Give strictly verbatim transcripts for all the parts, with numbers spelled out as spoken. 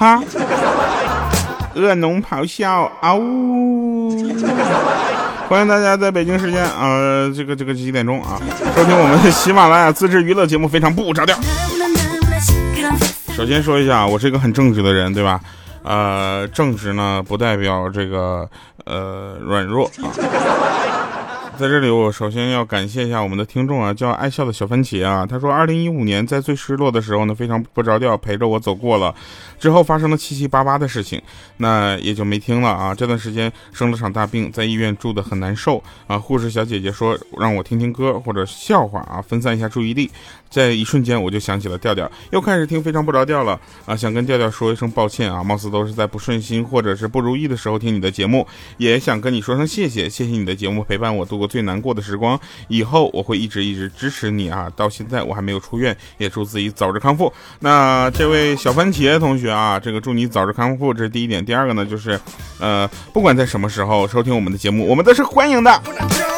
哈，恶龙咆哮，嗷呜！欢迎大家在北京时间啊、呃，这个这个几点钟啊，收听我们的喜马拉雅自制娱乐节目《非常不着调》。首先说一下，我是一个很正直的人，对吧？呃，正直呢不代表这个呃软弱啊。在这里我首先要感谢一下我们的听众啊，叫爱笑的小番茄啊，他说二零一五年在最失落的时候呢，非常不着调陪着我走过了，之后发生了七七八八的事情，那也就没听了啊。这段时间生了场大病，在医院住得很难受啊，护士小姐姐说让我听听歌或者笑话啊，分散一下注意力。在一瞬间我就想起了调调，又开始听非常不着调了啊，想跟调调说一声抱歉啊，貌似都是在不顺心或者是不如意的时候听你的节目，也想跟你说声谢谢，谢谢你的节目陪伴我度过最难过的时光，以后我会一直一直支持你啊，到现在我还没有出院，也祝自己早日康复。那这位小番茄同学啊，这个祝你早日康复，这是第一点。第二个呢，就是呃，不管在什么时候收听我们的节目，我们都是欢迎的。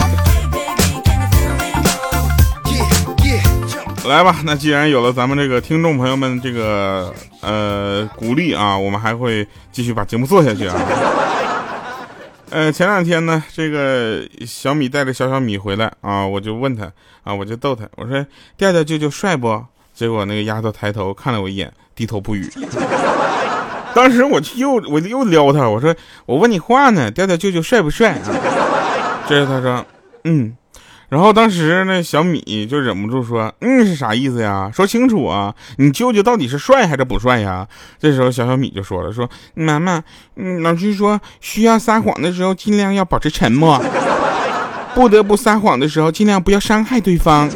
来吧，那既然有了咱们这个听众朋友们这个呃鼓励啊，我们还会继续把节目做下去啊。呃，前两天呢，这个小米带着小小米回来啊，我就问他啊，我就逗他，我说调调舅舅帅不？结果那个丫头抬头看了我一眼，低头不语。当时我又我又撩他，我说我问你话呢，调调舅舅帅不帅啊？这是他说嗯。然后当时那小米就忍不住说嗯是啥意思呀，说清楚啊，你舅舅到底是帅还是不帅呀？这时候小小米就说了，说妈妈嗯，老师说需要撒谎的时候尽量要保持沉默，不得不撒谎的时候尽量不要伤害对方。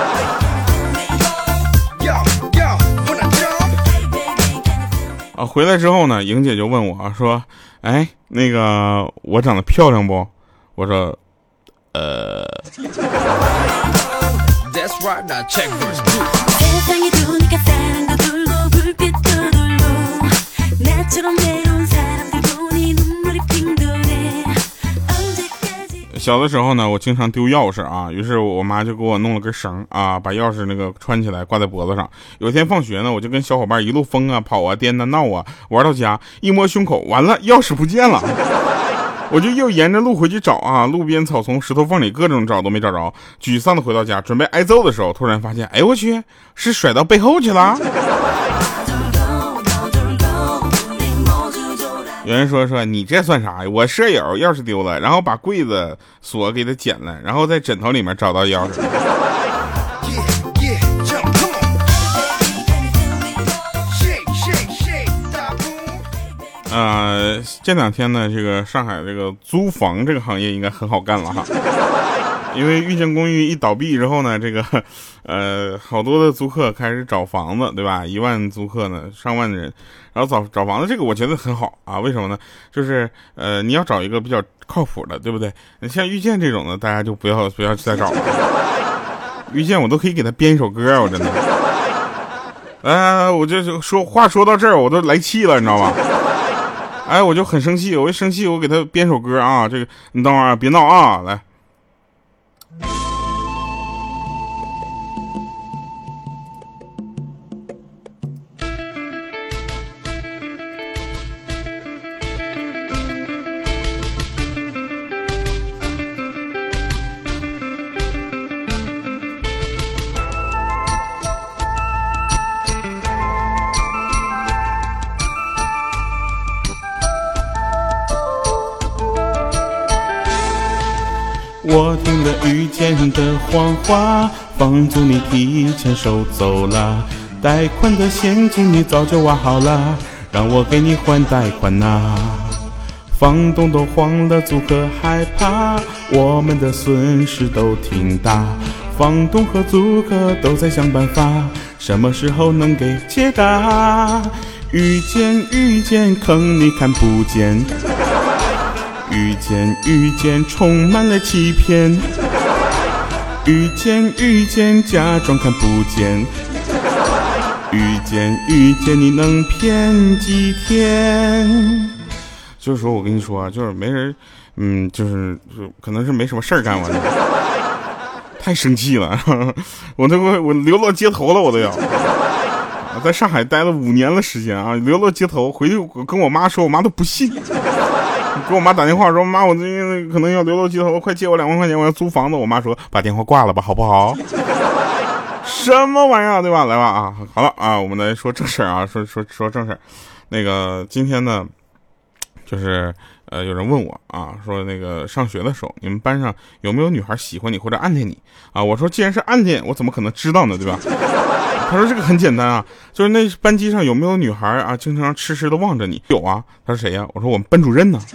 啊，回来之后呢，莹姐就问我说哎那个我长得漂亮不？我说呃小的时候呢，我经常丢钥匙啊，于是我妈就给我弄了根绳啊，把钥匙那个穿起来挂在脖子上。有一天放学呢，我就跟小伙伴一路疯啊跑啊颠啊闹啊，玩到家一摸胸口，完了钥匙不见了。我就又沿着路回去找啊，路边草丛石头缝里各种找都没找着，沮丧的回到家准备挨揍的时候，突然发现哎我去，是甩到背后去了。有人说说你这算啥呀？我舍友钥匙丢了，然后把柜子锁给他剪了，然后在枕头里面找到钥匙。呃，这两天呢，这个上海这个租房这个行业应该很好干了哈，因为遇见公寓一倒闭之后呢，这个呃好多的租客开始找房子，对吧？一万租客呢，上万人，然后找找房子，这个我觉得很好啊。为什么呢？就是呃你要找一个比较靠谱的，对不对？像遇见这种的，大家就不要不要再找了。遇见我都可以给他编一首歌，我真的。呃，我就说话说到这儿，我都来气了，你知道吧？哎，我就很生气，我一生气，我给他编首歌啊，这个你等会儿啊，别闹啊，来。我听了遇见的谎话，房租你提前收走了，贷款的现金你早就挖好了，让我给你还贷款呐。房东都慌了，租客害怕，我们的损失都挺大，房东和租客都在想办法，什么时候能给解答？遇见遇见坑你看不见，遇见遇见充满了欺骗，遇见遇见假装看不见，遇见遇见你能骗几天？就是说我跟你说啊，就是没人，嗯，就是就可能是没什么事儿干，我太生气了，我都我流落街头了，我都要。 在上海待了五年的时间啊，流落街头，回去跟我妈说，我妈都不信。给我妈打电话说，妈，我最近可能要流落街头，快借我两万块钱，我要租房子。我妈说，把电话挂了吧，好不好？什么玩意儿，对吧？来吧啊，好了啊，我们来说正事啊，说说说正事。那个今天呢，就是呃，有人问我啊，说那个上学的时候，你们班上有没有女孩喜欢你或者暗恋你啊？我说，既然是暗恋，我怎么可能知道呢，对吧？他说这个很简单啊，就是那班级上有没有女孩啊，经常痴痴的望着你？有啊。他说谁呀？我说我们班主任呢。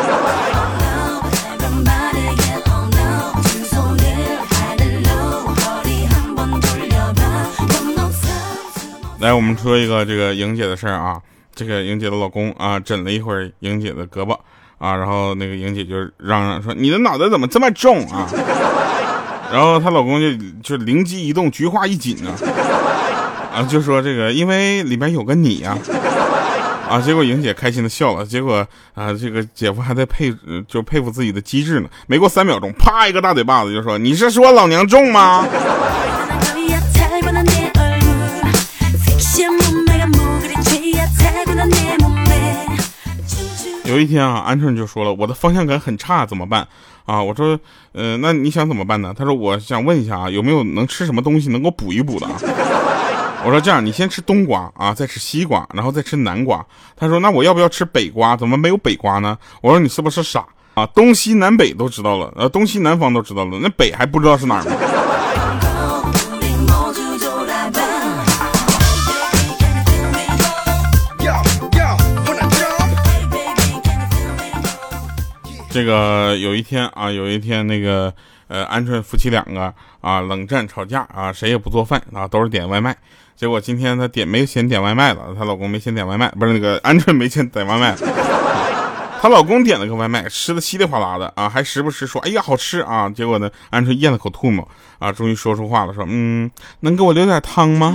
来，我们说一个这个莹姐的事儿啊。这个莹姐的老公啊，枕了一会儿莹姐的胳膊啊，然后那个莹姐就嚷嚷说：“你的脑袋怎么这么重啊？”然后她老公就就灵机一动，菊花一紧啊，啊，就说这个因为里面有个你呀、啊，啊，结果莹姐开心的笑了，结果啊，这个姐夫还在佩就佩服自己的机智呢。没过三秒钟，啪一个大嘴巴子就说：“你是说老娘重吗？”有一天啊，鹌鹑就说了，我的方向感很差，怎么办啊？我说，呃，那你想怎么办呢？他说，我想问一下啊，有没有能吃什么东西能够补一补的？我说这样，你先吃冬瓜啊，再吃西瓜，然后再吃南瓜。他说，那我要不要吃北瓜？怎么没有北瓜呢？我说你是不是傻啊？东西南北都知道了，呃，东西南方都知道了，那北还不知道是哪儿吗？这个有一天啊，有一天那个呃，鹌鹑夫妻两个啊冷战吵架啊，谁也不做饭啊，都是点外卖。结果今天她点没钱点外卖了，她老公没钱点外卖，不是那个鹌鹑没钱点外卖了。她老公点了个外卖，吃的稀里哗啦的啊，还时不时说哎呀好吃啊。结果呢，鹌鹑咽了口唾沫啊，终于说出话了，说嗯，能给我留点汤吗？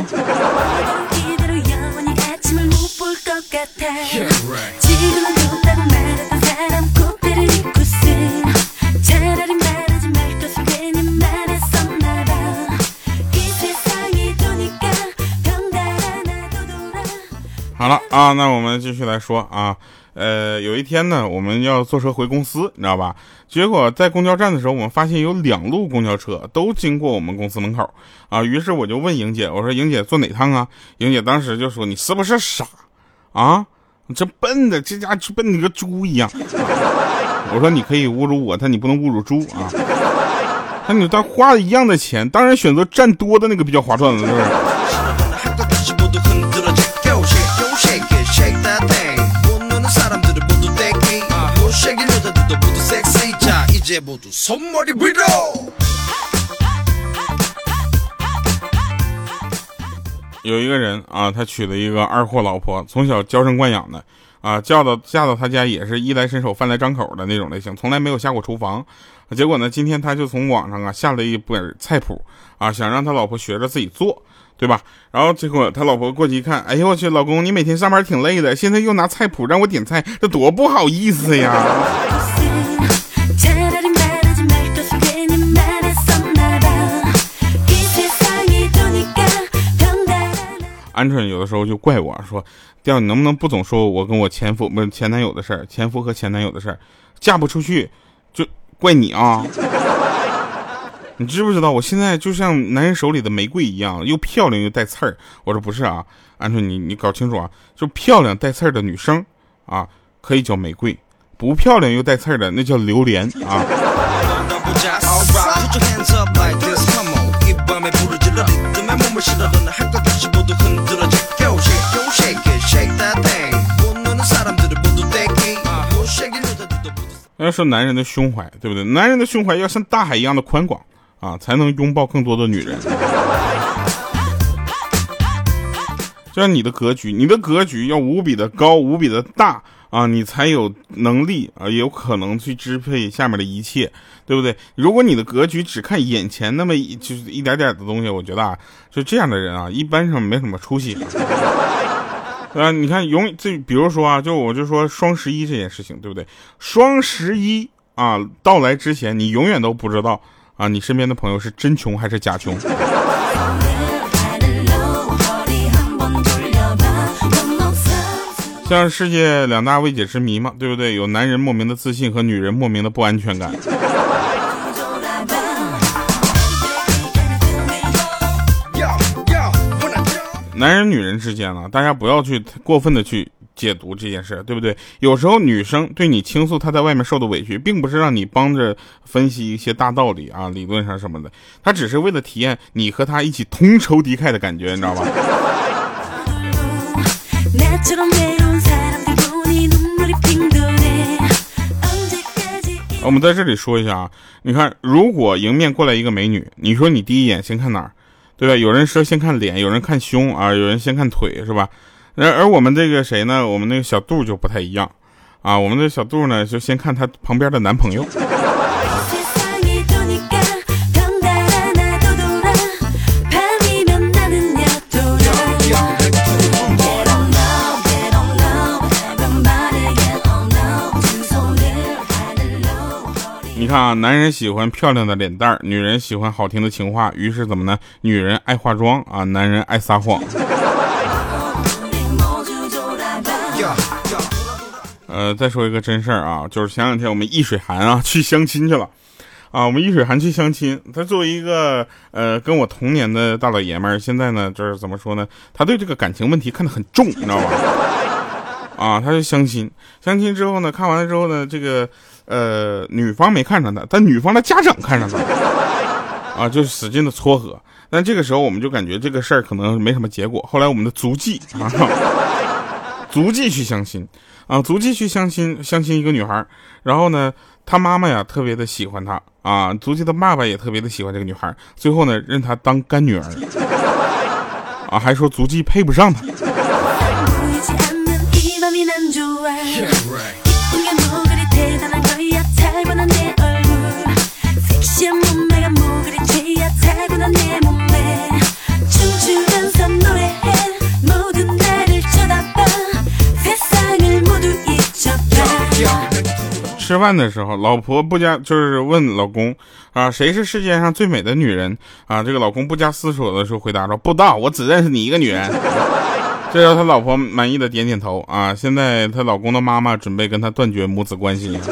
好了啊，那我们继续来说啊，呃，有一天呢，我们要坐车回公司，你知道吧？结果在公交站的时候，我们发现有两路公交车都经过我们公司门口啊。于是我就问莹姐，我说莹姐坐哪趟啊？莹姐当时就说你是不是傻啊？这笨的，这家就笨的个猪一样。我说你可以侮辱我，但你不能侮辱猪啊。那你当花了一样的钱，当然选择占多的那个比较划算了，是不是？有一个人啊，他娶了一个二货老婆，从小娇生惯养的啊，嫁到嫁到他家也是衣来伸手饭来张口的那种类型，从来没有下过厨房。结果呢，今天他就从网上啊下了一本菜谱啊，想让他老婆学着自己做，对吧？然后结果他老婆过去一看，哎呦我去，老公你每天上班挺累的，现在又拿菜谱让我点菜，这多不好意思呀！鹌鹑有的时候就怪我说，调你能不能不总说我跟我前夫不是前男友的事儿，前夫和前男友的事儿，嫁不出去就怪你啊！你知不知道我现在就像男人手里的玫瑰一样，又漂亮又带刺儿。我说不是啊，鹌鹑你你搞清楚啊，就漂亮带刺儿的女生啊可以叫玫瑰，不漂亮又带刺儿的那叫榴莲啊。要说男人的胸怀，对不对？男人的胸怀要像大海一样的宽广啊，才能拥抱更多的女人。就像你的格局，你的格局要无比的高，无比的大啊，你才有能力啊，也有可能去支配下面的一切，对不对？如果你的格局只看眼前那么一就是一点点的东西，我觉得啊，就这样的人啊，一般上没什么出息。啊，你看，永这比如说啊，就我就说双十一这件事情，对不对？双十一啊到来之前，你永远都不知道啊，你身边的朋友是真穷还是假穷。 像世界两大未解之谜嘛，对不对？有男人莫名的自信和女人莫名的不安全感。男人女人之间呢，大家不要去过分的去解读这件事，对不对？有时候女生对你倾诉她在外面受的委屈，并不是让你帮着分析一些大道理啊、理论上什么的，她只是为了体验你和她一起同仇敌忾的感觉，你知道吧？我们在这里说一下啊，你看，如果迎面过来一个美女，你说你第一眼先看哪儿？对吧？有人说先看脸，有人看胸啊，有人先看腿，是吧？而而我们这个谁呢？我们那个小杜就不太一样啊。我们的小杜呢，就先看他旁边的男朋友。你看啊，男人喜欢漂亮的脸蛋儿，女人喜欢好听的情话，于是怎么呢？女人爱化妆啊，男人爱撒谎。呃，再说一个真事儿啊，就是前两天我们易水寒啊去相亲去了啊，我们易水寒去相亲，他作为一个呃跟我同年的大老爷们儿，现在呢就是怎么说呢？他对这个感情问题看得很重，你知道吧？啊，他就相亲，相亲之后呢，看完了之后呢，这个呃女方没看上他，但女方的家长看上他，啊，就使劲的撮合。但这个时候我们就感觉这个事儿可能没什么结果。后来我们的足迹啊，足迹去相亲啊，足迹去相亲，相亲一个女孩，然后呢，她妈妈呀特别的喜欢她啊，足迹的爸爸也特别的喜欢这个女孩，最后呢认她当干女儿，啊，还说足迹配不上她。吃饭的时候，老婆不加就是问老公啊，谁是世界上最美的女人啊？这个老公不加思索的时候回答说，不知道，我只认识你一个女人。这时候他老婆满意的点点头啊。现在他老公的妈妈准备跟他断绝母子关系。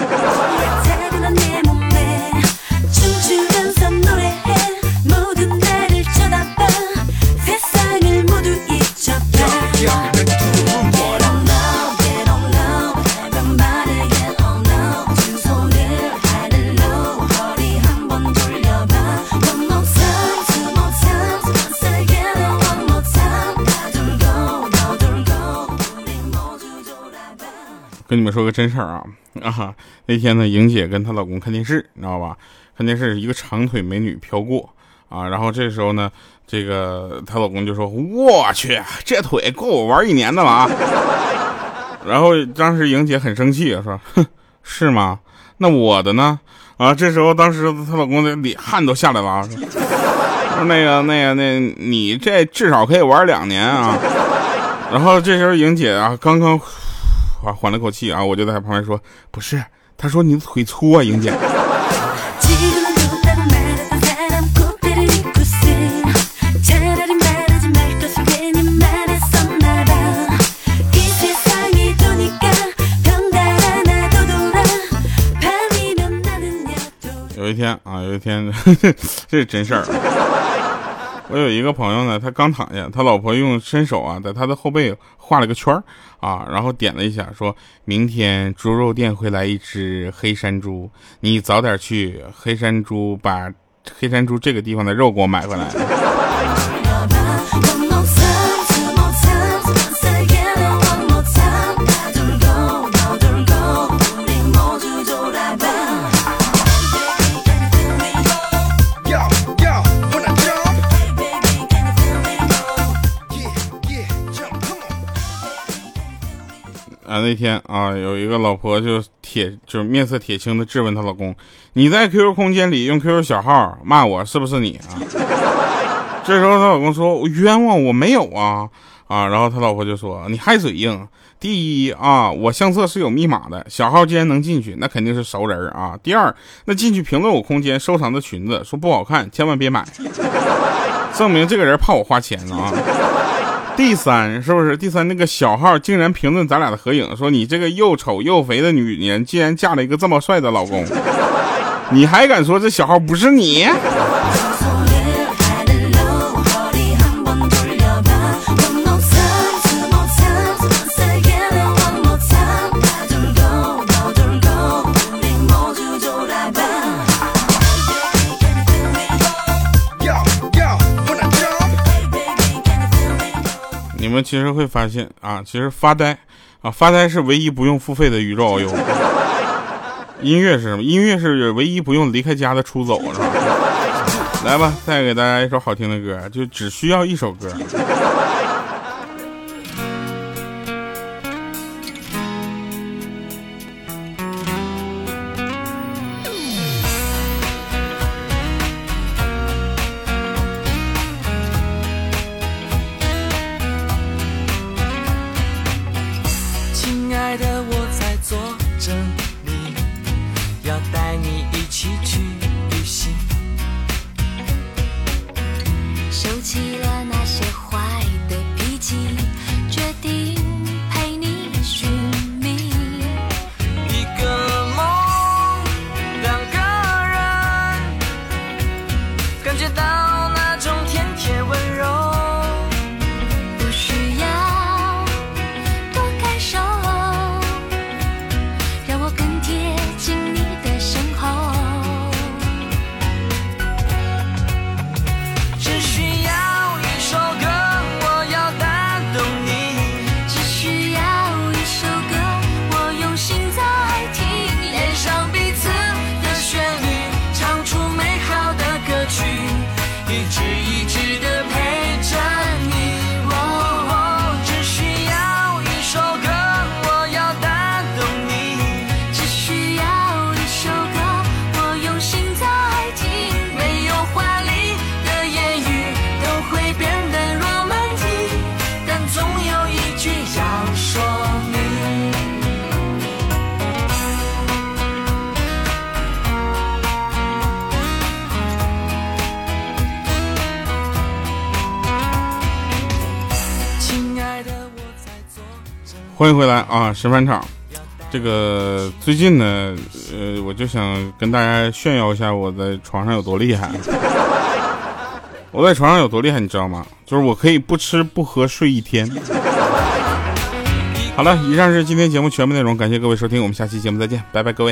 跟你们说个真事儿啊啊！那天呢，莹姐跟她老公看电视，你知道吧？看电视，一个长腿美女飘过啊，然后这时候呢，这个她老公就说：“我去，这腿够我玩一年的了啊！”然后当时莹姐很生气啊，说：“哼，是吗？那我的呢？”啊，这时候当时她老公的脸汗都下来了啊，说：“那个那个那，你这至少可以玩两年啊！”然后这时候莹姐啊，刚刚。啊，缓了口气啊，我就在他旁边说，不是，他说你的腿粗啊，莹姐。有一天啊，有一天，呵呵，这是真事儿。我有一个朋友呢，他刚躺下，他老婆用伸手啊，在他的后背画了个圈儿啊，然后点了一下，说明天猪肉店会来一只黑山猪，你早点去，黑山猪把黑山猪这个地方的肉给我买回来。啊，那天啊，有一个老婆就铁就是面色铁青的质问她老公：“你在 Q Q 空间里用 Q Q 小号骂我，是不是你啊？”这时候她老公说：“我冤枉，我没有啊啊！”然后她老婆就说：“你还嘴硬。第一啊，我相册是有密码的，小号既然能进去，那肯定是熟人啊。第二，那进去评论我空间收藏的裙子，说不好看，千万别买，证明这个人怕我花钱啊。 第三是不是？第三那个小号竟然评论咱俩的合影，说你这个又丑又肥的女人，竟然嫁了一个这么帅的老公，你还敢说这小号不是你？你们其实会发现啊，其实发呆啊，发呆是唯一不用付费的宇宙遨游。音乐是什么？音乐是唯一不用离开家的出走，是吧？来吧，再给大家一首好听的歌，就只需要一首歌。欢迎回来啊，神返场。这个最近呢，呃，我就想跟大家炫耀一下我在床上有多厉害。我在床上有多厉害，你知道吗？就是我可以不吃不喝睡一天。好了，以上是今天节目全部内容，感谢各位收听，我们下期节目再见，拜拜各位。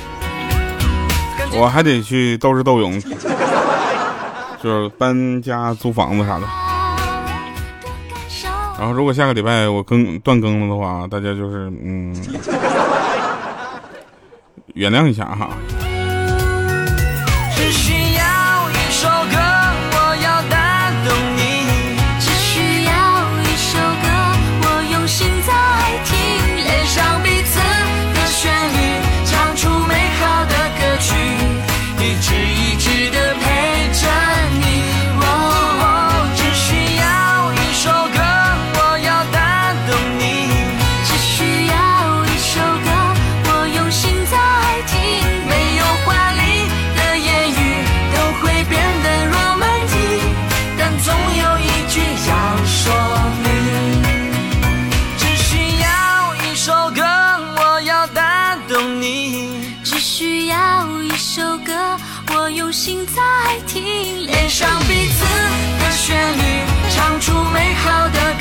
我还得去斗智斗勇，就是搬家租房子啥的。然后如果下个礼拜我更断更了的话，大家就是嗯原谅一下哈。 只需要一首歌，我要打动你。只需要一首歌，我用心在听，连上彼此的旋律，唱出美好的歌曲，一直一直的陪着你。哦，只需要一首歌，我要打动你。只需要一首歌，我用心在听，没有华丽的言语都会变得罗曼蒂，但总有一句要说明。只需要一首歌，我要打动你。只需要一首歌，我用心在听，连上彼此的旋律，唱出美好的